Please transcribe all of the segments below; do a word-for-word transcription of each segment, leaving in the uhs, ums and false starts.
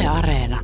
Yle Areena.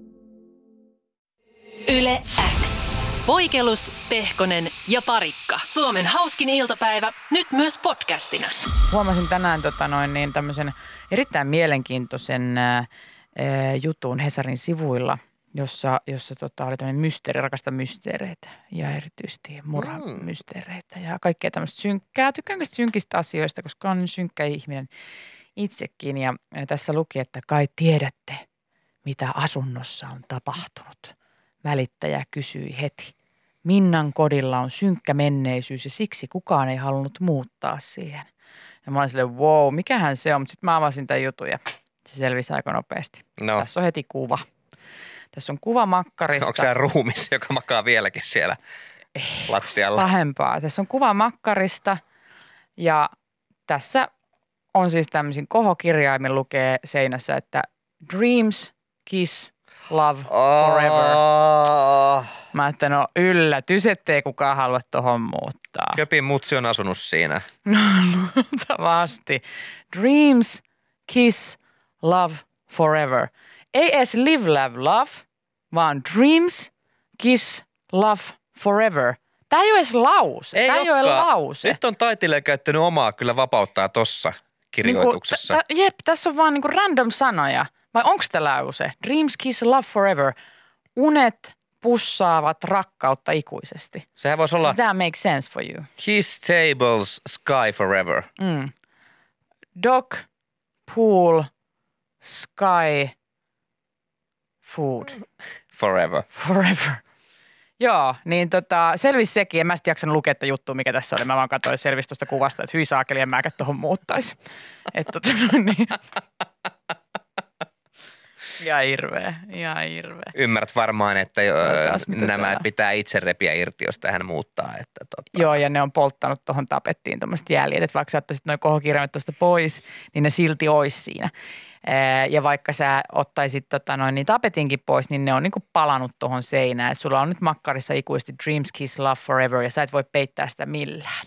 Yle X. Voikelus, Pehkonen ja Parikka. Suomen hauskin iltapäivä, nyt myös podcastina. Huomasin tänään tota noin, niin tämmöisen erittäin mielenkiintoisen ää, jutun Hesarin sivuilla, jossa, jossa tota, oli tämmöinen mysteeri, rakasta mysteereitä ja erityisesti murhamysteereitä ja kaikkea tämmöistä synkkää. Tykkään synkistä asioista, koska on synkkä ihminen itsekin ja, ja tässä luki, että kai tiedätte, mitä asunnossa on tapahtunut. Välittäjä kysyi heti. Minnan kodilla on synkkä menneisyys ja siksi kukaan ei halunnut muuttaa siihen. Ja mä olin silleen, wow, mikähän se on, mutta sitten mä avasin tämän jutun ja se selvisi aika nopeasti. No. Tässä on heti kuva. Tässä on kuva makkarista. Onko se ruumis, joka makaa vieläkin siellä ei, lattialla? Pahempaa. Tässä on kuva makkarista ja tässä on siis tämmöisin kohokirjaimin lukee seinässä, että Dreams, Kiss, Love, Forever. Oh. Mä että no yllätys, ettei kukaan halua tohon muuttaa. Köpin mutsi on asunut siinä. No luultavasti. Dreams, Kiss, Love, Forever. Ei edes Live, Love, Love, vaan Dreams, Kiss, Love, Forever. Tää ei ole edes lause. Ei Tää ei ole lause. Nyt on taiteilija käyttänyt omaa kyllä vapauttaa tossa kirjoituksessa. Niin kuin, t- t- jep, tässä on vaan niinku random sanoja. Vai onko tämä lause? Dreams, Kiss, Love, Forever. Unet pussaavat rakkautta ikuisesti. Sehän voisi olla... Does that make sense for you? His tables, sky forever. Mm. Dog, pool, sky, food. Forever. Forever. Joo, niin tota, selvisi sekin. En mä sitten jaksanut lukea että juttua, mikä tässä oli. Mä vaan katsoin selvisi tuosta kuvasta, että hyi saakeli, en mäkään tuohon muuttaisi. Että tota, niin... Ja hirveä, ja hirveä. Ymmärrät varmaan, että jo, taas, nämä täällä? pitää itse repiä irti, jos tähän muuttaa. Että tota. Joo, ja ne on polttanut tuohon tapettiin tuommoiset jäljet, että vaikka sä ottaisit noin kohokirjaimet tuosta pois, niin ne silti olisi siinä. Ja vaikka sä ottaisit tota noin, niin tapetinkin pois, niin ne on niinku palannut tuohon seinään. Et sulla on nyt makkarissa ikuisesti Dreams, Kiss, Love, Forever, ja sä et voi peittää sitä millään.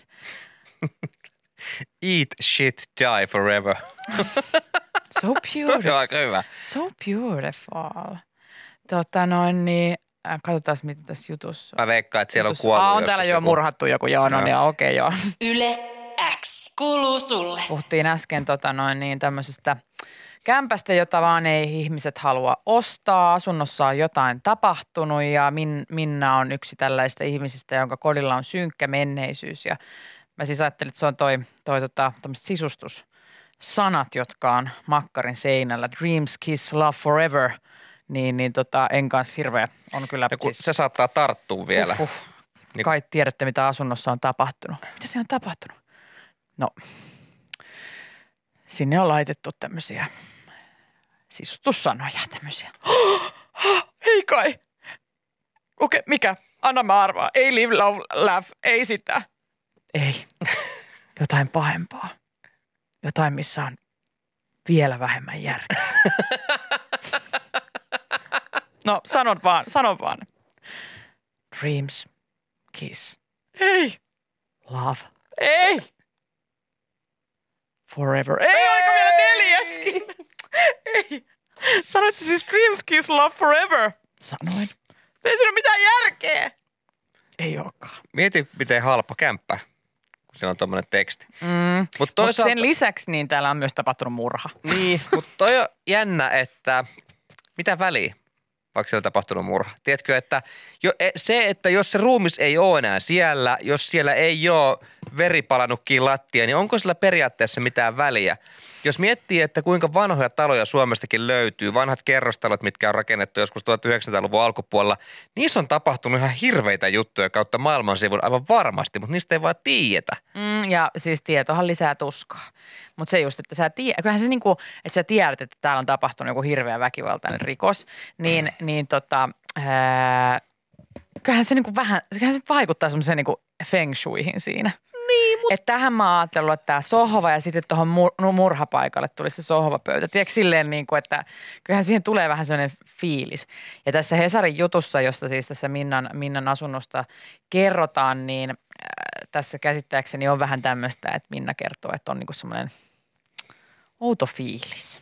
Eat, shit, die forever. So beautiful. Toi on aika hyvä. So beautiful. Tota noin niin, äh, katsotaan mitä tässä jutussa on. Mä veikkaan, että siellä Jutussa. on kuollut ah, on joskus täällä jo joku. murhattu joku, joo, no, No. niin, okei, okay, joo. Yle X kuuluu sulle. Puhuttiin äsken tota noin niin tämmöisestä kämpästä, jota vaan ei ihmiset halua ostaa. Asunnossa on jotain tapahtunut ja Min, Minna on yksi tällaista ihmisistä, jonka kodilla on synkkä menneisyys. Ja mä siis ajattelin, että se on toi, toi tota, sisustussanat, jotka on makkarin seinällä. Dreams, Kiss, Love, Forever. Niin, niin tota, en kanssa hirveä on kyllä. Ja kun siis, se saattaa tarttua vielä. Uh, uh. Niin- Kai tiedätte, mitä asunnossa on tapahtunut. Mitä siellä on tapahtunut? No, sinne on laitettu tämmöisiä sisustussanoja tämmöisiä. Ei kai. Okei, mikä? Anna mä arvaa. Ei live, love, laugh. Ei sitä. Ei. Jotain pahempaa. Jotain, missä on vielä vähemmän järkeä. No, sanon vaan, sanon vaan. Dreams, kiss. Ei. Love. Ei. Forever. Ei, ei. Aika vielä neljäskin. Ei. Sanoit sä siis Dreams, Kiss, Love, Forever? Sanoin. Ei siinä ole mitään järkeä. Ei olekaan. Mieti, miten halpa kämppä, kun siellä on tommonen teksti. Mm. Mut toisaalta... Mut sen lisäksi niin täällä on myös tapahtunut murha. Niin, mutta toi on jännä, että mitä väliä, vaikka siellä on tapahtunut murha. Tiedätkö, että jo, se, että jos se ruumis ei ole enää siellä, jos siellä ei ole veri palannut kiinni lattia, niin onko sillä periaatteessa mitään väliä? Jos miettii, että kuinka vanhoja taloja Suomestakin löytyy, vanhat kerrostalot, mitkä on rakennettu joskus tuhatyhdeksänsataaluvun alkupuolella, niissä on tapahtunut ihan hirveitä juttuja kautta maailmansivun aivan varmasti, mutta niistä ei vaan tiedetä. Mm, ja siis tietohan lisää tuskaa. Mutta se just, että sä tiedät, kyllähän se niinku, että sä tiedät, että täällä on tapahtunut joku hirveä väkivaltainen rikos, niin, niin tota, ää, kyllähän se niinku vähän, kyllähän se vaikuttaa semmoiseen niinku feng shuihin siinä. Niin, mutta... Että tähän mä oon ajatellut, että tämä sohva ja sitten tuohon mur- murhapaikalle tuli se sohvapöytä. Tiedätkö silleen niin kuin, että kyllähän siihen tulee vähän sellainen fiilis. Ja tässä Hesarin jutussa, josta siis tässä Minnan, Minnan asunnosta kerrotaan, niin äh, tässä käsittääkseni on vähän tämmöistä, että Minna kertoo, että on niin kuin semmoinen outo fiilis.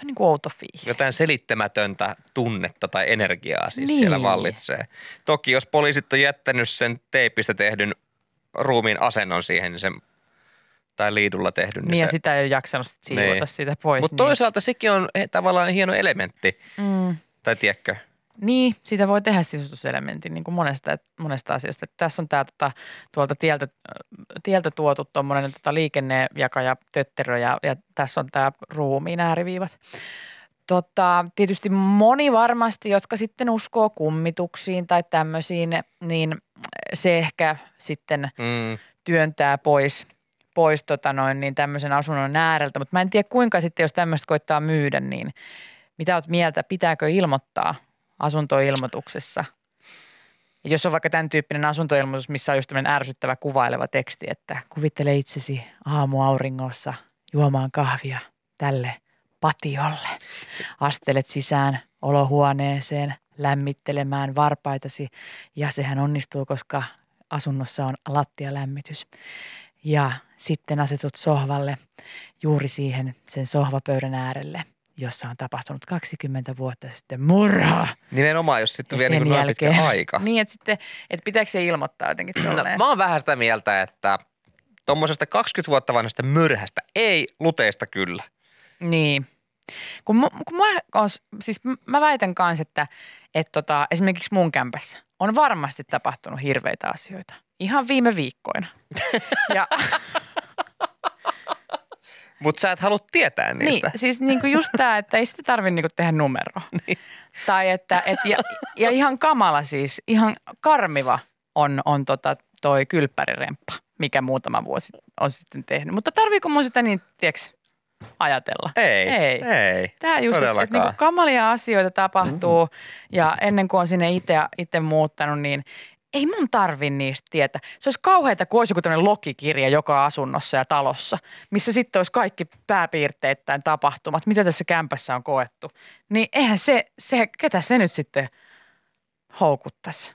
on niin kuin outo fiilis. Jotain selittämätöntä tunnetta tai energiaa siis Niin. siellä vallitsee. Toki jos poliisit on jättänyt sen teipistä tehdyn ruumiin asennon siihen, niin sen, tai liidulla tehdyn. Niin ja se, sitä ei ole jaksanut sit siivota niin. siitä pois. Mutta niin. toisaalta sekin on he, tavallaan hieno elementti, Mm. tai tiedätkö? Niin, siitä voi tehdä sisustuselementin niin kuin monesta, monesta asiasta. Että tässä on tämä tota, tuolta tieltä, tieltä tuotu tuommoinen tota, liikennejakaja, tötterö ja, ja tässä on tämä ruumiin ääriviivat. Tota, tietysti moni varmasti, jotka sitten uskoo kummituksiin tai tämmöisiin, niin se ehkä sitten Mm. työntää pois, pois tota noin, niin tämmöisen asunnon ääreltä. Mutta mä en tiedä kuinka sitten, jos tämmöistä koittaa myydä, niin mitä oot mieltä, pitääkö ilmoittaa asuntoilmoituksessa? Ja jos on vaikka tämän tyyppinen asuntoilmoitus, missä on just tämmöinen ärsyttävä kuvaileva teksti, että kuvittele itsesi aamuauringossa juomaan kahvia tälle patiolle. Astelet sisään olohuoneeseen lämmittelemään varpaitasi ja sehän onnistuu, koska asunnossa on lattialämmitys. Ja sitten asetut sohvalle juuri siihen sen sohvapöydän äärelle, jossa on tapahtunut kaksikymmentä vuotta sitten murha. Nimenomaan, jos sitten Ja vielä niin sen kuin noin pitkä jälkeen- aika. Niin, että sitten, että pitääkö se ilmoittaa jotenkin No, tolleen? mä oon vähän sitä mieltä, että tuommoisesta kaksikymmentä vuotta vanhasta myrhästä ei, luteista kyllä. Niin. Kun, mu, kun mä, on, siis m- mä väitän kanssa, että et tota, esimerkiksi mun kämpässä on varmasti tapahtunut hirveitä asioita. Ihan viime viikkoina. Ja, Mutta sä et halua tietää niin, niistä. siis niinku just tämä, että ei sitä tarvitse niinku tehdä numeroa. Niin. Tai että, et, ja, ja ihan kamala siis, ihan karmiva on, on tota toi kylppäriremppa, mikä muutama vuosi on sitten tehnyt. Mutta tarviiko mun sitä niin, tiedätkö, ajatella? Ei, Ei. ei. Tämä just, että, että Todellakaan. niinku kamalia asioita tapahtuu ja ennen kuin on sinne itse, itse muuttanut, niin ei mun tarvi niistä tietää. Se olisi kauheata, kun olisi joku tämmöinen logikirja joka asunnossa ja talossa, missä sitten olisi kaikki pääpiirteittäin tapahtumat, mitä tässä kämpässä on koettu. Niin eihän se, se ketä se nyt sitten houkuttaisi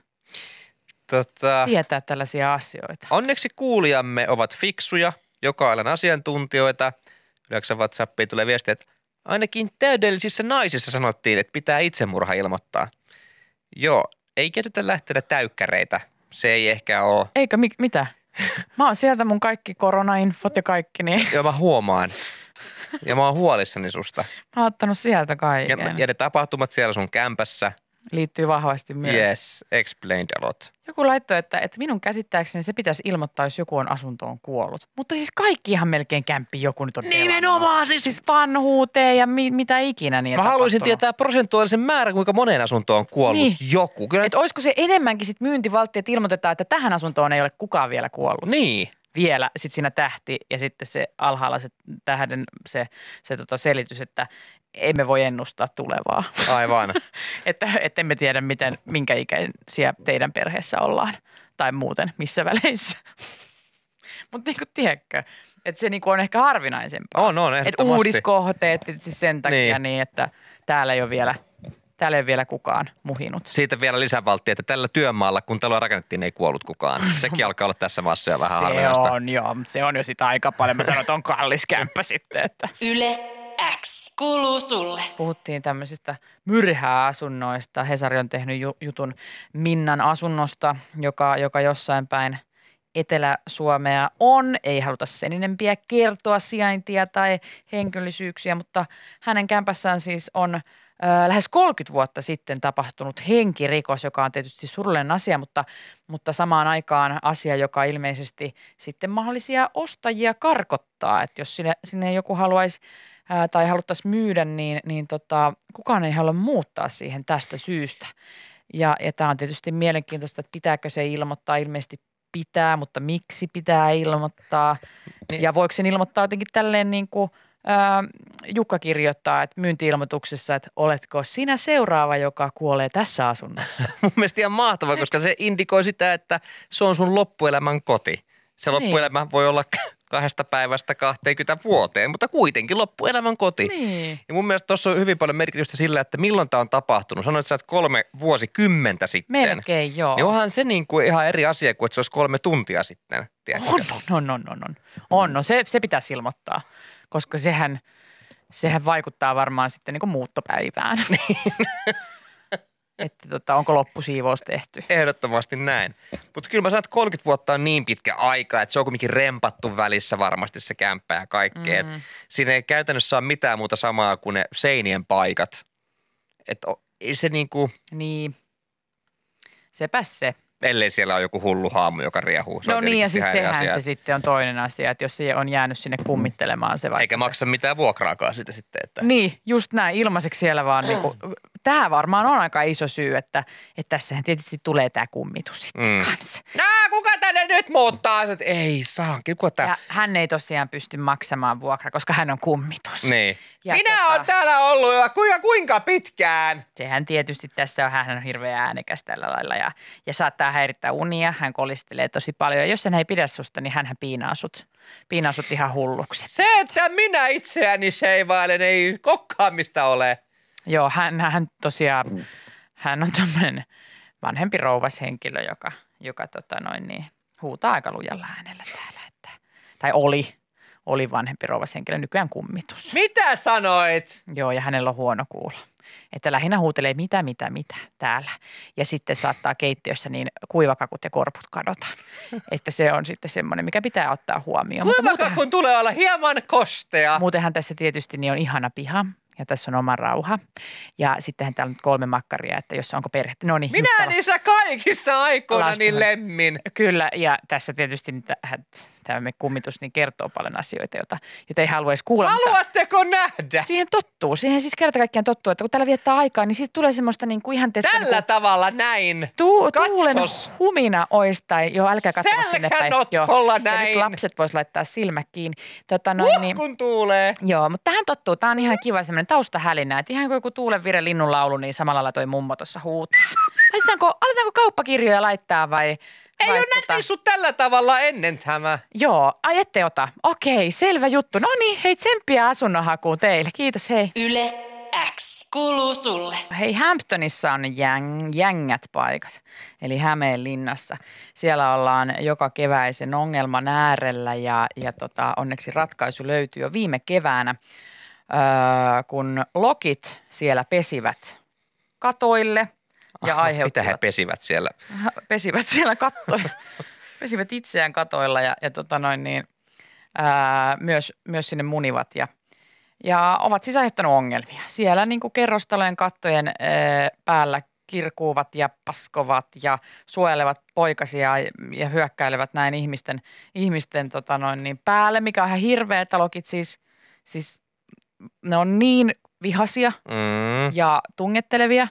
Tota, tietää tällaisia asioita. onneksi kuulijamme ovat fiksuja, joka alan asiantuntijoita. Yleensä WhatsAppiin tulee viestiä, että ainakin täydellisissä naisissa sanottiin, että pitää itsemurha ilmoittaa. Joo, ei käytetä lähteä täykkäreitä. Se ei ehkä ole. Eikä mi- mitä? Mä oon sieltä mun kaikki koronainfot ja kaikki, niin Joo, mä huomaan. Ja mä oon huolissani susta. mä oon ottanut sieltä Ja, kaiken. ja ne tapahtumat siellä sun kämpässä. Liittyy vahvasti myös. Yes, explained a lot. Joku laittoi, että, että minun käsittääkseni se pitäisi ilmoittaa, jos joku on asuntoon kuollut. Mutta siis kaikki ihan melkein kämppi joku nyt on delannut. siis. Siis vanhuuteen ja mi- mitä ikinä niin Mä haluaisin tapahtunut. tietää prosentuaalisen määrän, kuinka moneen asuntoon on kuollut Niin. joku. Kyllä, Että olisiko se enemmänkin sit myyntivaltti, että ilmoitetaan, että tähän asuntoon ei ole kukaan vielä kuollut. niin. Vielä sitten siinä tähti ja sitten se alhaalla se tähden se, se tota selitys, että emme voi ennustaa tulevaa. Aivan. että, että emme tiedä, miten, minkä ikäisiä teidän perheessä ollaan tai muuten missä väleissä. Mutta niin kuin tiedätkö, että se niin kuin on ehkä harvinaisempaa. On, on, Että ehdottomasti. uudiskohteet siis sen takia Niin. niin. niin, että täällä ei ole vielä, täällä ei ole vielä kukaan muhinut. Siitä vielä lisävalttia, että tällä työmaalla, kun taloa rakennettiin, ei kuollut kukaan. Sekin alkaa olla tässä maassa jo vähän se harvinaista. on jo, mutta se on jo sitä aika paljon. Mä sanon, että on kallis kämppä sitten, että Yle X kuuluu sulle. puhuttiin tämmöisistä myrhäasunnoista. Hesari on tehnyt ju- jutun Minnan asunnosta, joka, joka jossain päin Etelä-Suomea on. Ei haluta sen enempiä kertoa sijaintia tai henkilöllisyyksiä, mutta hänen kämpässään siis on ö, lähes kolmekymmentä vuotta sitten tapahtunut henkirikos, joka on tietysti surullinen asia, mutta, mutta samaan aikaan asia, joka ilmeisesti sitten mahdollisia ostajia karkottaa. Että jos sinne, sinne joku haluaisi ää, tai haluttaisiin myydä, niin, niin tota, kukaan ei halua muuttaa siihen tästä syystä. Ja, ja tämä on tietysti mielenkiintoista, että pitääkö se ilmoittaa, ilmeisesti pitää, mutta miksi pitää ilmoittaa. Niin. Ja voiko sen ilmoittaa jotenkin tälleen niin kuin ää, Jukka kirjoittaa, että myynti-ilmoituksessa, että oletko sinä seuraava, joka kuolee tässä asunnossa. Mun mielestä ihan mahtavaa, koska se indikoi sitä, että se on sun loppuelämän koti. Se Niin. loppuelämä voi olla kahdesta päivästä kaksikymmentä vuoteen, mutta kuitenkin loppuelämän koti. Niin. Ja mun mielestä tuossa on hyvin paljon merkitystä sillä, että milloin tämä on tapahtunut. Sanoit, että sä oot kolme vuosikymmentä sitten. Melkein, joo. Niin onhan se niin kuin ihan eri asia kuin, että se olisi kolme tuntia sitten. Tiedätkö? On, on, on, on, on. On, no se, se pitäisi ilmoittaa, koska sehän, sehän vaikuttaa varmaan sitten niin kuin muuttopäivään. Että tota, onko loppusiivous tehty? Ehdottomasti näin. Mutta kyllä mä sanon, että kolmekymmentä vuotta on niin pitkä aika, että se on kuitenkin rempattu välissä varmasti se kämppä ja kaikkea. Mm. Siinä ei käytännössä ole mitään muuta samaa kuin ne seinien paikat. Että ei se niinku... Niin. Sepäs se. Ellei siellä ole joku hullu haamu, joka riehuu. Se no niin, ja siis sehän asia. Se sitten on toinen asia, että jos se on jäänyt sinne kummittelemaan se vaikka. Eikä maksa se... mitään vuokraakaan siitä sitten. Että... Niin, just näin, ilmaiseksi siellä vaan. Mm. Niinku, tämä varmaan on aika iso syy, että, että tässähän tietysti tulee tämä kummitus sitten mm. kanssa. Nää, kuka tänne nyt muuttaa? Ei saa, kuka tää? Ja hän ei tosiaan pysty maksamaan vuokraa, koska hän on kummitus. Niin. Ja minä tota, olen täällä ollut jo kuinka, kuinka pitkään? Sehän tietysti tässä on, hän on hirveän äänekäs tällä lailla ja, ja saattaa häirittää unia. Hän kolistelee tosi paljon ja jos hän ei pidä susta, niin hän piinaa sut. Piinaa sut ihan hulluksi. Se, että minä itseäni seivailen, ei kokkaamista ole. Joo, hän, hän tosiaan, hän on tämmöinen vanhempi rouvas henkilö, joka, joka tota noin niin, huutaa aika lujalla äänellä täällä. Että, tai oli, oli vanhempi rouvas henkilö, nykyään kummitus. Mitä sanoit? Joo, ja hänellä on huono kuulo. Että lähinnä huutelee mitä, mitä, mitä täällä. Ja sitten saattaa keittiössä niin kuivakakut ja korput kadota. Että se on sitten semmoinen, mikä pitää ottaa huomioon. Kuivakakun muutenhan, tulee olla hieman kostea. Muutenhan tässä tietysti niin on ihana piha. Ja tässä on oma rauha. Ja sittenhän täällä on kolme makkaria, että jos onko perhettä. No niin, minä niissä kaikissa aikoina niin lemmin. Kyllä, ja tässä tietysti tämä kummitus niin kertoo paljon asioita, joita, joita ei haluaisi kuulla. Haluatteko nähdä? Siihen tottuu. Siihen siis kerta kaikkiaan tottuu, että kun täällä viettää aikaa, niin siitä tulee semmoista niin kuin ihan... Tällä niin kuin, tavalla näin. Tu, tuulen humina ois tai joo, älkää katsoa sinne päin. Selkänotkolla näin. Ja nyt lapset vois laittaa silmät kiinni. Tota, noin, niin, kun tuulee. Joo, mutta tähän tottuu. Tämä on ihan kiva semmoinen taustahälinä. Että ihan kuin joku tuulen vire linnun laulu, niin samalla lailla toi mummo tuossa huutaa. Aletaanko, aletaanko kauppakirjoja laittaa vai... Ei vai ole tota... nähty sut tällä tavalla ennen tämä. Joo, ai ette ota. Okei, selvä juttu. No niin, hei tsemppiä asunnonhakuun teille. Kiitos, hei. Yle X kuuluu sulle. Hei, Hamptonissa on jäng, jängät paikat, eli Hämeenlinnassa. Siellä ollaan joka keväisen ongelman äärellä ja, ja tota, onneksi ratkaisu löytyi jo viime keväänä, öö, kun lokit siellä pesivät katoille. Ja ah, mitä he pesivät siellä? Pesivät siellä kattoilla, pesivät itseään katoilla ja, ja tota noin niin, ää, myös, myös sinne munivat ja, ja ovat siis aiheuttaneet ongelmia. Siellä niin kuin kerrostalojen kattojen ää, päällä kirkuuvat ja paskovat ja suojelevat poikasia ja hyökkäilevät näin ihmisten, ihmisten tota noin niin päälle, mikä on ihan hirveä. Lokit siis, siis ne on niin vihaisia mm. ja tungettelevia.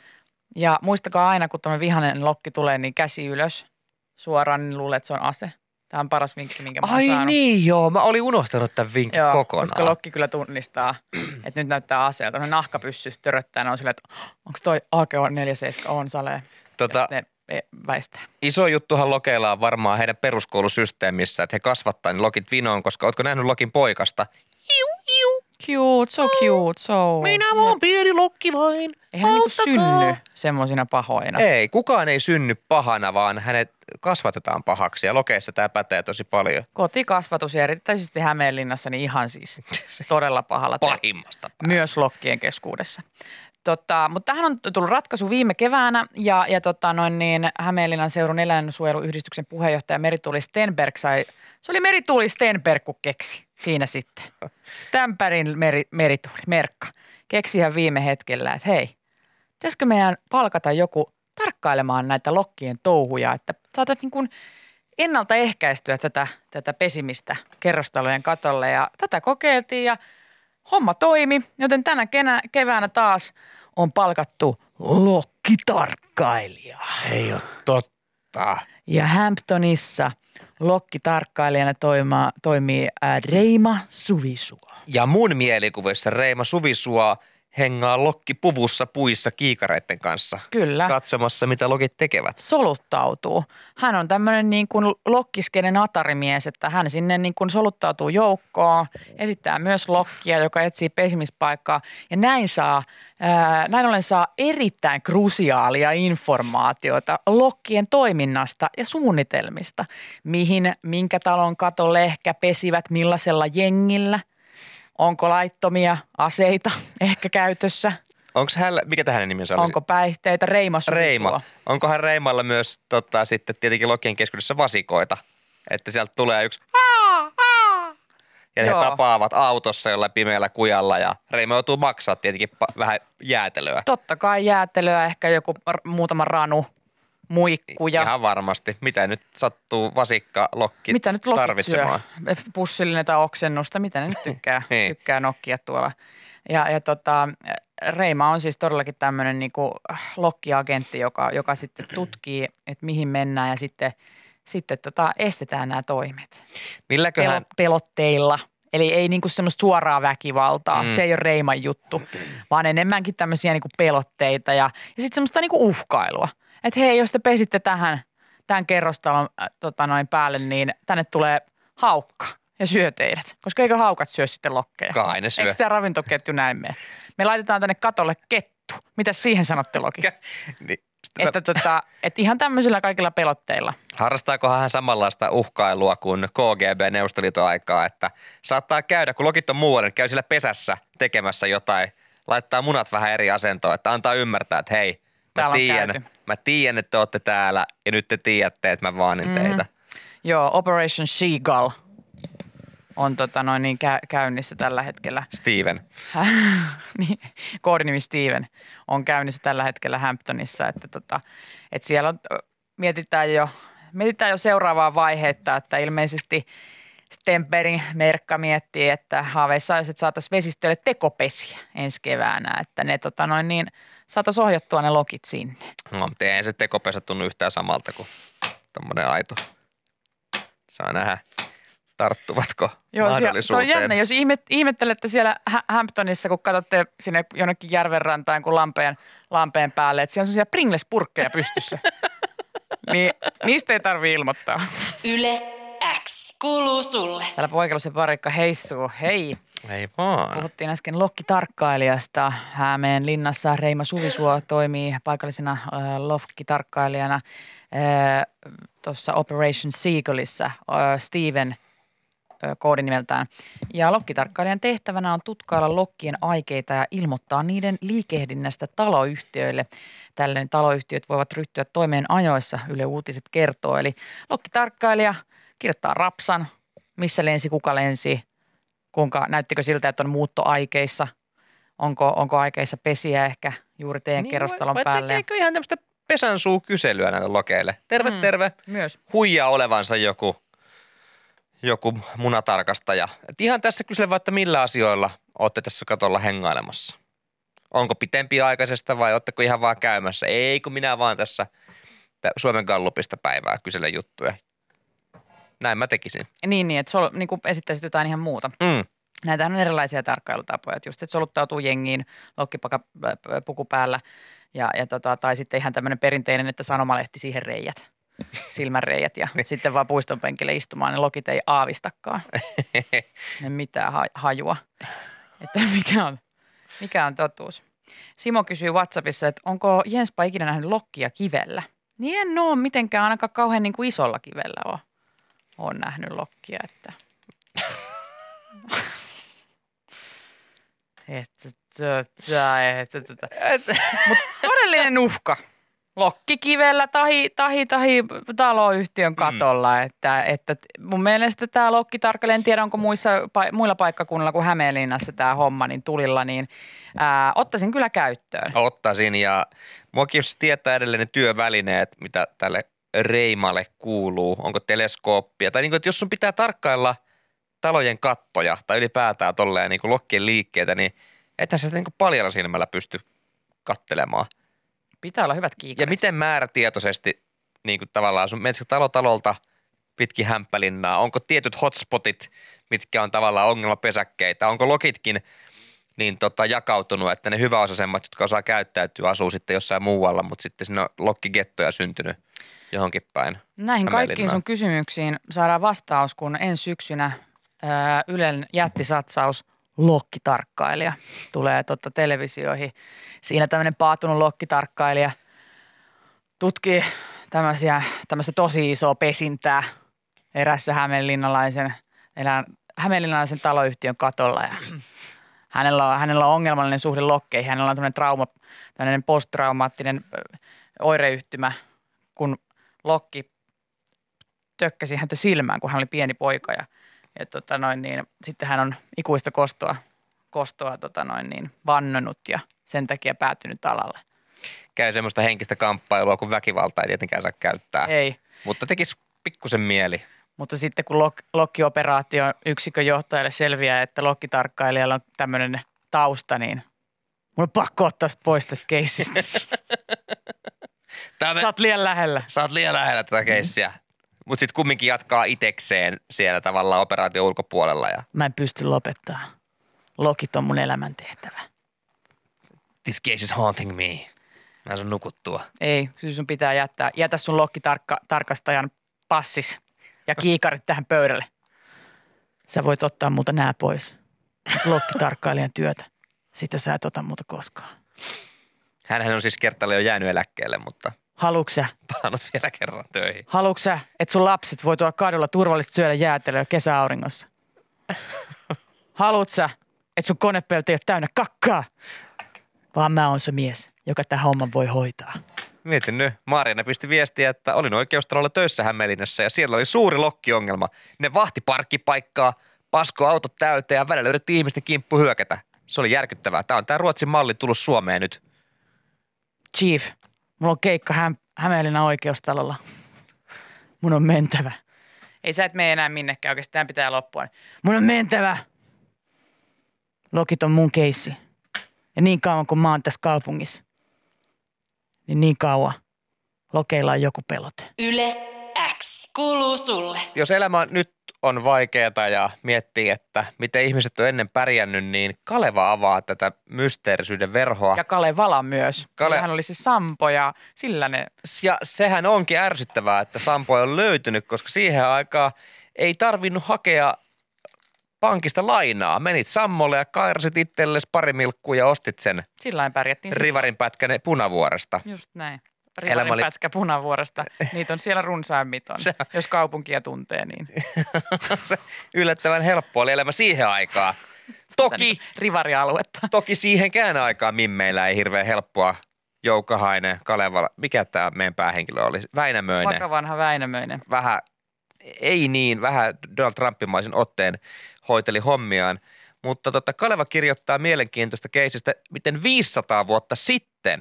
Ja muistakaa aina, kun tuommoinen vihainen lokki tulee, niin käsi ylös suoraan, niin luulee, että se on ase. Tämä on paras vinkki, minkä mä oon Ai saanut. niin joo, mä olin unohtanut tämän vinkin joo, kokonaan. Koska lokki kyllä tunnistaa, että nyt näyttää aseelta. Tämmöinen nahkapyssy töröttää, ne on silleen, että onko toi A K neljäkymmentäseitsemän on salee. Tota, ne väistää. Iso juttuhan lokeilla on varmaan heidän peruskoulusysteemissä, että he kasvattaa ne lokit vinoon, koska ootko nähnyt lokin poikasta? Iu, iu. Cute, so cute, so. Minä oon pieni lokki vain. Eihän ne niinku synny semmoisina pahoina. Ei, kukaan ei synny pahana, vaan hänet kasvatetaan pahaksi ja lokeissa tämä pätee tosi paljon. Kotikasvatus ja erityisesti Hämeenlinnassa niin ihan siis todella pahalla. Pahimmasta päästä. Myös lokkien keskuudessa. Tota, mutta tähän on tullut ratkaisu viime keväänä ja, ja tota noin niin, Hämeenlinnan seudun eläinsuojeluyhdistyksen puheenjohtaja Merituuli Stenberg sai, se oli Merituuli Stenberg, kun keksi siinä sitten. Stämpärin meri, Merituuli, Merkka, keksi ihan viime hetkellä, että hei, pitäisikö meidän palkata joku tarkkailemaan näitä lokkien touhuja, että saataisiin niin kuin ennaltaehkäistyä tätä, tätä pesimistä kerrostalojen katolle ja tätä kokeiltiin ja homma toimi, joten tänä keväänä taas on palkattu lokkitarkkailija. Ei ole totta. Ja Hamptonissa lokkitarkkailijana toima, toimii ää, Reima Suvisuo. Ja mun mielikuvissa Reima Suvisuo hengaa lokkipuvussa puissa kiikareiden kanssa. Kyllä. Katsomassa, mitä lokit tekevät. Soluttautuu. Hän on tämmöinen niin kuin lokkiskeinen atarimies, että hän sinne niin kuin soluttautuu joukkoon, esittää myös lokkia, joka etsii pesimispaikkaa ja näin saa, ää, näin ollen saa erittäin krusiaalia informaatiota lokkien toiminnasta ja suunnitelmista. Mihin, minkä talon katolle ehkä pesivät, millaisella jengillä. Onko laittomia aseita ehkä käytössä? Onko hänellä, mikä tämä hänen nimensä olisi? Onko päihteitä? Reima Suvisua. Reima. Onkohan Reimalla myös tota, sitten tietenkin lokien keskuudessa vasikoita? Että sieltä tulee yksi ja he Joo. tapaavat autossa jollain pimeällä kujalla ja Reima joutuu maksaa tietenkin pa- vähän jäätelöä. Totta kai jäätelöä, ehkä joku r- muutama ranu, muikkuja. Ihan varmasti. Mitä nyt sattuu vasikka lokki Mitä nyt lokit tarvitsemaan? syö? Pussillinen tai oksennusta, mitä ne nyt tykkää, Niin. tykkää nokkia tuolla. Ja, ja tota, Reima on siis todellakin tämmöinen niinku lokkiagentti, joka, joka sitten tutkii, että mihin mennään ja sitten, sitten tota, estetään nämä toimet. Milläköhän, Pelot, pelotteilla. Eli ei niinku semmoista suoraa väkivaltaa, Mm. se ei ole Reiman juttu, vaan enemmänkin tämmöisiä niinku pelotteita ja, ja sitten semmoista niinku uhkailua. Että hei, jos te pesitte tähän, tämän kerrostalon äh, tota noin päälle, niin tänne tulee haukka ja syö teidät. Koska eikö haukat syö sitten lokkeja? kai ne syö. Eikö tämä ravintoketju näin mene? Me laitetaan tänne katolle kettu. Mitä siihen sanotte, Loki? Niin, sitten Että tota, et ihan tämmöisillä kaikilla pelotteilla. harrastaakohan hän samanlaista uhkailua kuin K G B Neuvostoliiton aikaa, että saattaa käydä, kun lokit on muualla, niin käy siellä pesässä tekemässä jotain, laittaa munat vähän eri asentoon, että antaa ymmärtää, että hei, mä Täällä on tiedän, käyty. mä tiedän, että te olette täällä ja nyt te tiedätte, että mä vaanin Mhm. teitä. Joo, Operation Seagull on tota noin niin kä- käynnissä tällä hetkellä. Steven. niin, koodinimi Steven on käynnissä tällä hetkellä Hamptonissa, että tota, et siellä on, mietitään, jo, mietitään jo seuraavaa vaihetta, että ilmeisesti Stemperin merkka miettii, että haaveissa olisi, että saataisiin vesistölle tekopesiä ensi keväänä, että ne tota noin niin, saataisiin ohjattua ne lokit sinne. No, mutta eihän se tekopesä tunnu yhtään samalta kuin tommonen aito. Saa nähdä, tarttuvatko Joo, siellä, se mahdollisuuteen. on jännä, jos ihmet, ihmettelette siellä Hä- Hamptonissa, kun katsotte sinne jonnekin järvenrantaan kuin lampeen, lampeen päälle, että siellä on sellaisia Pringles-purkkeja pystyssä. niin niistä ei tarvitse ilmoittaa. Yle X kuuluu sulle. Täällä poikelussa parikka heissuu. Hei! Ei vaan. Puhuttiin äsken lokkitarkkailijasta. Hämeen linnassa Reima Suvisuo toimii paikallisena äh, lokkitarkkailijana äh, tuossa Operation Seagullissa. Äh, Steven äh, koodinimeltään. Ja lokkitarkkailijan tehtävänä on tutkailla lokkien aikeita ja ilmoittaa niiden liikehdinnästä taloyhtiöille. Tällöin taloyhtiöt voivat ryhtyä toimeen ajoissa, Yle Uutiset kertoo. Eli lokkitarkkailija kirjoittaa rapsan, missä lensi, kuka lensi, kuinka, näyttikö siltä, että on muuttoaikeissa, onko, onko aikeissa pesiä ehkä juuri teidän niin, kerrostalon vai, päälle. Vai tekeekö ihan tämmöistä pesänsuukyselyä näille lokeille? Terve, Mm. mm. terve. Myös. Huijaa olevansa joku, joku munatarkastaja. Et ihan tässä kysellä vaan, että millä asioilla olette tässä katolla hengailemassa. Onko pitempiaikaisesta vai ootteko ihan vaan käymässä? Ei, kun minä vaan tässä Suomen Gallupista päivää kyselen juttuja. Näin mä tekisin. Niin, niin että sol, niin kuin esittäisit jotain ihan muuta. Mm. Näitähän on erilaisia tarkkailutapoja, että just, että soluttautuu jengiin lokkipakapuku päällä ja, ja tota, tai sitten ihan tämmöinen perinteinen, että sanomalehti siihen reijät, silmänreijät ja sitten vaan puiston penkille istumaan, ne lokit ei aavistakaan. Ne mitään ha- hajua, että mikä on, mikä on totuus. Simo kysyy WhatsAppissa, että onko Jenspa ikinä nähnyt lokkia kivellä? Niin en ole mitenkään ainakaan kauhean niin kuin isolla kivellä ole. Olen nähnyt lokkia, että... että tota, että tota. Mutta todellinen uhka. Lokkikivellä tahi, tahi, tahi taloyhtiön katolla. Mm. Että, että mun mielestä tämä lokkitarkkailija, en tiedä onko muissa, muilla paikkakunnilla kuin Hämeenlinnassa tämä homma, niin tulilla, niin ää, ottaisin kyllä käyttöön. Ottaisin ja muakin jos tietää edelleen ne työvälineet, mitä tälle Reimalle kuuluu, onko teleskooppia tai niin kuin, että jos sun pitää tarkkailla talojen kattoja tai ylipäätään tolleen niin kuin lokkien liikkeitä, niin ethän sä sitä niin kuin paljalla silmällä pysty kattelemaan. Pitää olla hyvät kiikarit. Ja miten määrätietoisesti niin kuin tavallaan sun menet talo talolta pitkin Hämppälinnaa, onko tietyt hotspotit, mitkä on tavallaan ongelmapesäkkeitä, onko lokitkin niin tota, jakautunut, että ne hyväosaisemmat, jotka osaa käyttäytyä, asuu sitten jossain muualla, mutta sitten sinne on lokkigettoja syntynyt johonkin päin. Näihin kaikkiin sun kysymyksiin saadaan vastaus, kun ensi syksynä ää, Ylen jättisatsaus Lokkitarkkailija tulee totta televisioihin. Siinä tämmöinen paatunut lokkitarkkailija tutkii tämmöisiä, tämmöistä tosi isoa pesintää erässä hämeenlinnalaisen elän hämeenlinnaisen taloyhtiön katolla ja hänellä on, hänellä on ongelmallinen suhde lokkeihin. Hänellä on tämmöinen trauma, tämmöinen posttraumaattinen oireyhtymä, kun lokki tökkäsi häntä silmään, kun hän oli pieni poika ja, ja tota noin, niin, sitten hän on ikuista kostoa, kostoa tota noin, niin, vannonut ja sen takia päätynyt alalle. Käy semmoista henkistä kamppailua, kun väkivaltaa ei tietenkään saa käyttää. Ei. Mutta tekisi pikkusen mieli. Mutta sitten kun lok, lokkioperaation yksikön johtajalle selviää, että lokkitarkkailijalla on tämmöinen tausta, niin mun on pakko ottaa pois tästä keissistä. Me... Sä oot liian lähellä. Sä oot liian lähellä tätä keissiä. Mutta sitten kumminkin jatkaa itekseen siellä tavallaan operaation ulkopuolella. Ja... Mä en pysty lopettamaan. Lokit on mun elämäntehtävä. This case is haunting me. Mä en saa nukuttua. Ei, siis sun pitää jättää. Jätä sun lokkitarkastajan passis ja kiikarit tähän pöydälle. Sä voit ottaa multa nää pois. Lokkitarkkailijan työtä. Sitä sä et ota multa koskaan. Hänhän on siis kertaalleen jo jäänyt eläkkeelle, mutta Haluuks sä? palannut vielä kerran töihin. Haluuks sä, että sun lapset voi tuolla kadulla turvallisesti syödä jäätelöä kesäauringossa? Haluut sä, että sun konepelti ei ole täynnä kakkaa? Vaan mä oon se mies, joka tämän homman voi hoitaa. Mietin nyt. Maariana pisti viestiä, että olin oikeustalolla töissä Hämeenlinnassa ja siellä oli suuri lokkiongelma. Ne vahti parkkipaikkaa, pasko autot täyteen ja välillä yritti ihmisten kimppu hyökätä. Se oli järkyttävää. Tämä on tämä Ruotsin malli tullut Suomeen nyt. Chief, mulla on keikka Häm- Hämeenlinnan oikeustalolla. Mun on mentävä. Ei sä et mene enää minnekään oikeasti, tämän pitää loppua. Mun on mentävä. Lokit on mun keissi. Ja niin kauan kun mä oon tässä kaupungissa, niin niin kauan lokeilla on joku pelote. Yle X kuuluu sulle. Jos elämä nyt on vaikeaa ja miettii, että miten ihmiset on ennen pärjännyt, niin Kaleva avaa tätä mysteerisyyden verhoa. Ja Kalevala myös. Kale- Hän oli se Sampo ja sillä ne... Ja sehän onkin ärsyttävää, että Sampo on löytynyt, koska siihen aikaan ei tarvinnut hakea pankista lainaa. Menit Sammolle ja kairasit itsellesi pari milkkua ja ostit sen Sillain pärjättiin. rivarin pätkän Punavuoresta. Just näin. Elämä Rivarin oli- pätkä Punavuoresta. Niitä on siellä runsain miton. Se- Jos kaupunkia tuntee, niin... Se yllättävän helppo oli elämä siihen aikaan. Toki, Rivarialuetta. toki siihenkään aikaan mimmeillä ei hirveän helppoa. Joukahainen, Kalevala, mikä tämä meidän päähenkilö oli? Väinämöinen. Vakavanha Väinämöinen. Vähän, ei niin, vähän Donald Trumpimaisen otteen hoiteli hommiaan. Mutta tota, Kaleva kirjoittaa mielenkiintoista keisistä, miten viisisataa vuotta sitten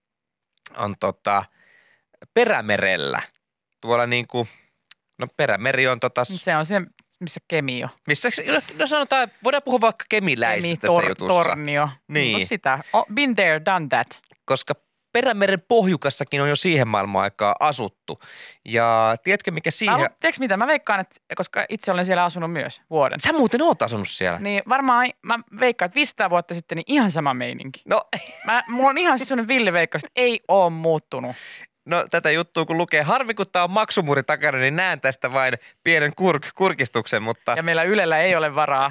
on tota, Perämerellä. Tuolla niin kuin, no Perämeri on tota, Se on se, missä Kemi on. missä, no sanotaan, voidaan puhua vaikka kemiläisistä tässä Kemi, jutussa. Tornio. Niin. No sitä. Oh, been there, done that. Koska Perämeren pohjukassakin on jo siihen maailman aikaa asuttu. Ja tiedätkö mikä Mä, siihen... lu- tiedätkö mitä? Mä veikkaan, että koska itse olen siellä asunut myös vuoden. Sä muuten oot asunut siellä. Niin varmaan mä veikkaan, että viisisataa vuotta sitten niin ihan sama meininki. No, Mä, mulla on ihan siis sellainen villiveikkaus, että ei oo muuttunut. no tätä juttua kun lukee, harmi kun tää on maksumuuri takana, niin näen tästä vain pienen kurk, kurkistuksen, mutta Ja meillä Ylellä ei ole varaa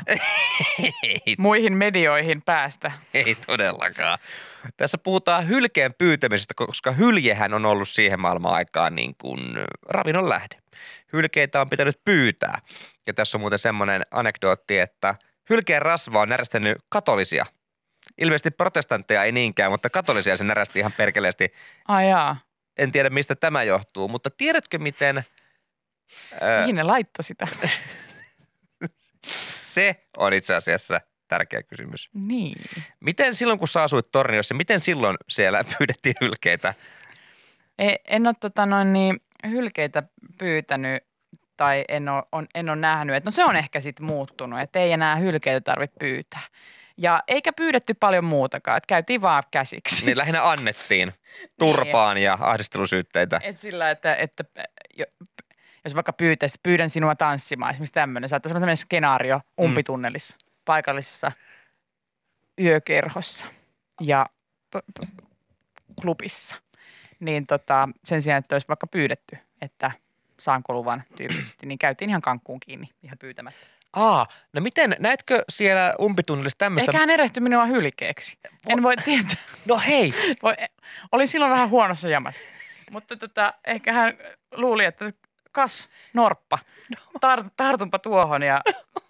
ei, muihin medioihin päästä. ei todellakaan. Tässä puhutaan hylkeen pyytämisestä, koska hyljehän on ollut siihen maailman aikaan niin kuin ravinnon lähde. Hylkeitä on pitänyt pyytää. Ja tässä on muuten semmoinen anekdootti, että hylkeen rasva on närästänyt katolisia. Ilmeisesti protestantteja ei niinkään, mutta katolisia se närästi ihan perkeleesti. Ai jaa, En tiedä, mistä tämä johtuu, mutta tiedätkö miten... Ää, mihin ne laittoi sitä? se on itse asiassa tärkeä kysymys. Niin. Miten silloin, kun sä asuit Torniossa, miten silloin siellä pyydettiin hylkeitä? E, en ole tota noin niin, hylkeitä pyytänyt tai en ole, on, en ole nähnyt. Et no se on ehkä sitten muuttunut, että ei enää hylkeitä tarvitse pyytää. Ja eikä pyydetty paljon muutakaan, että käytiin vaan käsiksi. Niin lähinnä annettiin turpaan ja ahdistelusyytteitä. Et sillä, että, että jo- jos vaikka pyytäisi, että pyydän sinua tanssimaan, esimerkiksi tämmöinen, saattaisi olla tämmöinen skenaario umpitunnelissa, paikallisessa yökerhossa ja p- p- klubissa. Niin tota, sen sijaan, että olisi vaikka pyydetty, että saanko luvan tyyppisesti, niin käytiin ihan kankkuun kiinni ihan pyytämättä. Aa, no miten, näetkö siellä umpitunnelissa tämmöistä? Eikä hän erehty minua hylkeeksi. En voi tietää. No hei, Voi, olin silloin vähän huonossa jamassa. Mutta tota, ehkä hän luuli, että kas, norppa, tar, tartunpa tuohon ja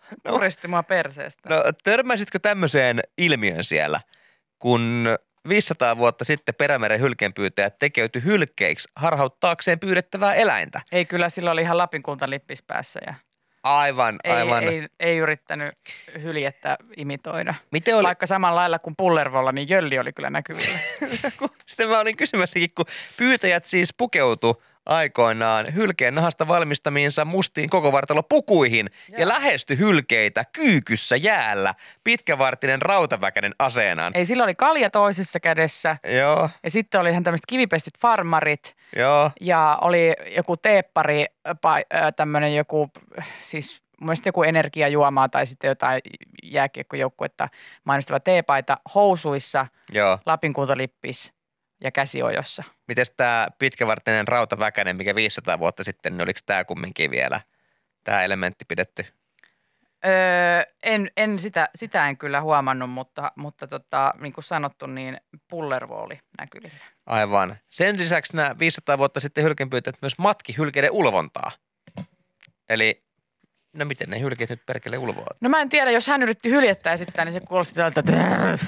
puristi mua perseestä. No törmäsitkö tämmöiseen ilmiön siellä, kun viisisataa vuotta sitten Perämeren hylkeenpyytäjät tekeytyi hylkeiksi harhauttaakseen pyydettävää eläintä? Ei, kyllä sillä oli ihan Lapin kunta lippis päässä ja Aivan, ei, aivan. ei, ei yrittänyt hyljettä imitoida. Miten oli? Vaikka samalla lailla kuin Pullervolla, niin jölli oli kyllä näkyvillä. Sitten mä olin kysymässäkin, kun pyytäjät siis pukeutu aikoinaan hylkeen nahasta valmistamiinsa mustiin kokovartalopukuihin ja, ja lähesty hylkeitä kyykyssä jäällä pitkävartinen rautaväkänen aseenaan. Ei, sillä oli kalja toisessa kädessä. Joo. Ja sitten oli ihan tämmöiset kivipestyt farmarit. Joo. Ja oli joku teeppari, tämmöinen joku, siis mun mielestä joku energiajuomaa tai sitten jotain jääkiekkojoukkuetta mainostava teepaita housuissa, Joo. Lapin kuntalippis ja käsiojossa. Mites tämä pitkävartinen rautaväkänen, mikä viisisataa vuotta sitten, niin oliko tämä kumminkin vielä, tämä elementti pidetty? Öö, en en sitä, sitä en kyllä huomannut, mutta, mutta tota, niin kuin sanottu, niin Pullervo oli näkyvillä. Aivan. Sen lisäksi nämä viisisataa vuotta sitten hylkeenpyytäjät myös matki hylkeiden ulvontaa. Eli, no miten ne hylkeet nyt perkele ulvoa? No mä en tiedä, jos hän yritti hyljettä esittää, niin se kuulosti tältä, että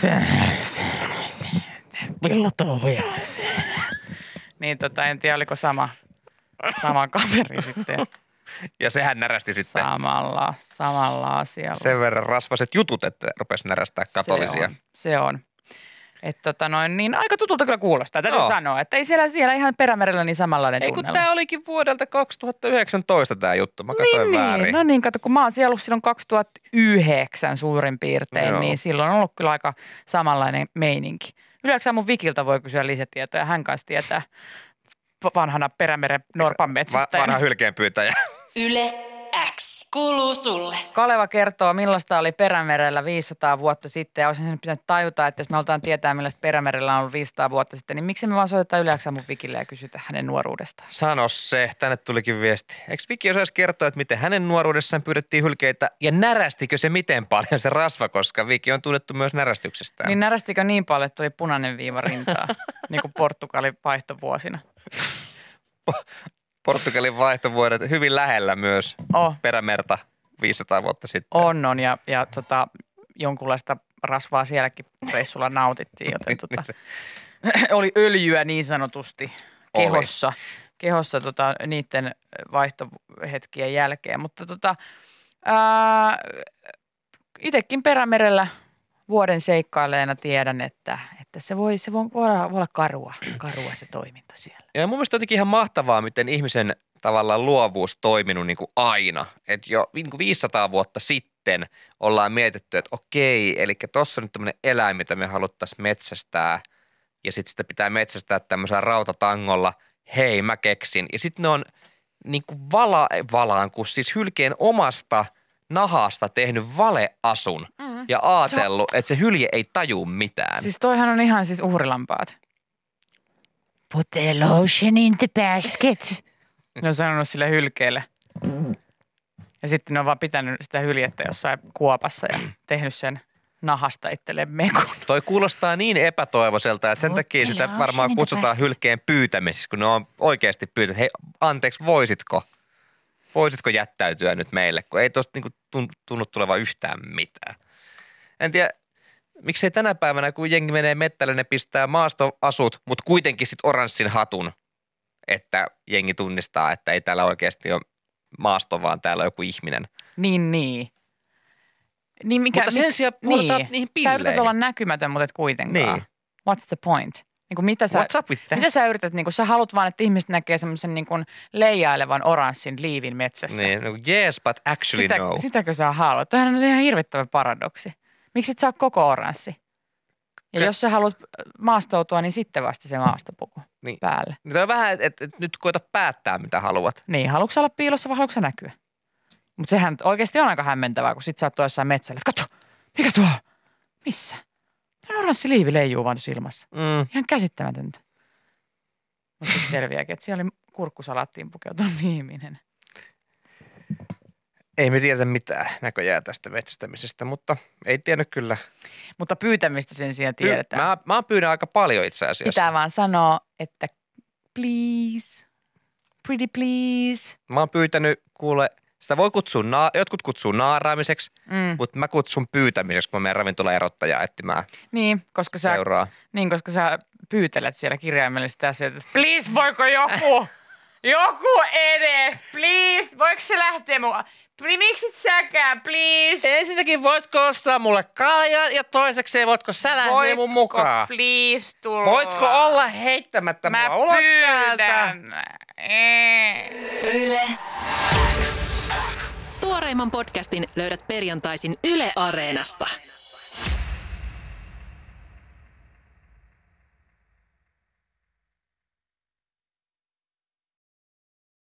pillotovia. Niin tota, en tiedä, oliko sama, sama kaveri sitten. Ja sehän närästi sitten. Samalla, samalla asialla. Sen verran rasvaset jutut, että rupesi närästää katolisia. Se on. Se on. Että tota noin, niin aika tutulta kyllä kuulostaa, täytyy Joo. sanoa. Että ei siellä, siellä ihan Perämerellä niin samanlainen Ei kun tunnelma. tämä olikin vuodelta kaksituhattayhdeksäntoista tämä juttu, mä katsoin niin, väärin. Niin. No niin, kato, kun mä oon siellä ollut silloin kaksituhattayhdeksän suurin piirtein, Joo. niin silloin on ollut kyllä aika samanlainen meininki. Yleensä mun Vikiltä voi kysyä lisätietoja, hän kanssa tietää vanhana Perämeren Norpan metsästä. Va- vanha hylkeenpyytäjä. Yle X kuuluu sulle. Kaleva kertoo, millaista oli Perämerellä viisisataa vuotta sitten. Ja olisin sen pitänyt tajuta, että jos me halutaan tietää, millaista Perämerellä on ollut viisisataa vuotta sitten, niin miksi me vaan soitetaan yleensä mun Vikille ja kysytä hänen nuoruudestaan? Sano se, tänne tulikin viesti. Eikö Viki osaisi kertoa, että miten hänen nuoruudessaan pyydettiin hylkeitä ja närästikö se miten paljon se rasva, koska Viki on tunnettu myös närästyksestään. Niin närästikö niin paljon, että tuli punainen viiva rintaa, niin kuin Portugalin vaihtovuosina? Portugalin vaihtovuodet hyvin lähellä myös Oh. Perämerta viisisataa vuotta sitten. On, on ja, ja tota, jonkunlaista rasvaa sielläkin reissulla nautittiin, joten tota, oli öljyä niin sanotusti kehossa, kehossa tota, niiden vaihtohetkien jälkeen. Mutta tota, ää, itsekin Perämerellä vuoden seikkaileena tiedän, että, että se voi, se voi olla, voi olla karua, karua se toiminta siellä. Ja mun mielestä on jotenkin ihan mahtavaa, miten ihmisen tavallaan luovuus toiminut niin kuin aina. Että jo niin kuin viisisataa vuotta sitten ollaan mietitty, että okei, eli tuossa on nyt tämmöinen eläin, mitä me haluttaisiin metsästää. Ja sitten sitä pitää metsästää tämmöisellä rautatangolla. Hei, mä keksin. Ja sitten ne on niin kuin vala, valaan, kun siis hylkeen omasta nahasta tehnyt valeasun mm. ja aatellut, että se hylje ei tajuu mitään. Siis toihan on ihan siis uhrilampaat. Put the lotion in the basket. Ne on sanonut sille hylkeelle. Ja sitten ne on vaan pitänyt sitä hyljettä jossain kuopassa ja tehnyt sen nahasta itselleen mekun. Toi kuulostaa niin epätoivoiselta, että sen Mutta takia sitä joo, varmaan se kutsutaan niitä hylkeen pyytämisessä, kun ne on oikeasti pyytänyt. Hei, anteeksi, voisitko? Voisitko jättäytyä nyt meille, kun ei tuosta niinku tunnu tulevan yhtään mitään. En tiedä, miksei tänä päivänä, kun jengi menee mettälle, ne pistää maastoasut, mutta kuitenkin sitten oranssin hatun, että jengi tunnistaa, että ei täällä oikeasti ole maasto, vaan täällä on joku ihminen. Niin, niin. Niin mikä, Mutta sen miksi- sijaan puhutaan niihin Sä pilleihin. yrität olla näkymätön, mutta et kuitenkaan. Niin. What's the point? Niin kuin mitä sä, What's up with that? mitä sä yrität, niin kuin sä haluat vaan, että ihmiset näkee semmoisen niin kuin leijailevan oranssin liivin metsässä. Niin, no, yes, but actually Sitä, no. Sitäkö sä haluat? Toihan on ihan hirvittävä paradoksi. Miksi et sä ole koko oranssi? Ja Ky- jos sä haluat maastoutua, niin sitten vasta se maastopuku Niin. päälle. Niin toi on vähän, että et, et nyt koeta päättää, mitä haluat. Niin, haluatko sä olla piilossa vai haluatko sä näkyä? Mutta sehän oikeasti on aika hämmentävää, kun sit sä oot tuossa jossain metsällä. Katso, mikä tuo? Missä? Ihan oranssi liivi leijuu vaan tuossa ilmassa. Mm. Ihan käsittämätöntä. Mutta sitten selviääkin, että siellä oli kurkkusalaattiin pukeutunut ihminen. Ei me tiedä mitään näköjään tästä metsästämisestä, mutta ei tiennyt kyllä. Mutta pyytämistä sen sijaan tiedetään. Mä, mä pyydän aika paljon itse asiassa. Pitää vaan sanoa, että please, pretty please. Mä oon pyytänyt kuule Sitä voi kutsua, na- jotkut kutsuu naaraamiseksi, Mm. mutta mä kutsun pyytämiseksi, kun mä menen ravintolaerottajaa etsimään Niin, koska sä, seuraa. niin, koska sä pyytelet siellä kirjaimellisesti asioita, että please, voiko joku, joku edes, please, voiko se lähteä mua? Miksi et säkään, please? Ensinnäkin voitko ostaa mulle kaljan ja toisekseen voitko sä lähteä mun mukaan? please tulla? Voitko olla heittämättä Mä mua ulos pyydän. täältä? Ee. Yle X. Tuoreimman podcastin löydät perjantaisin Yle Areenasta.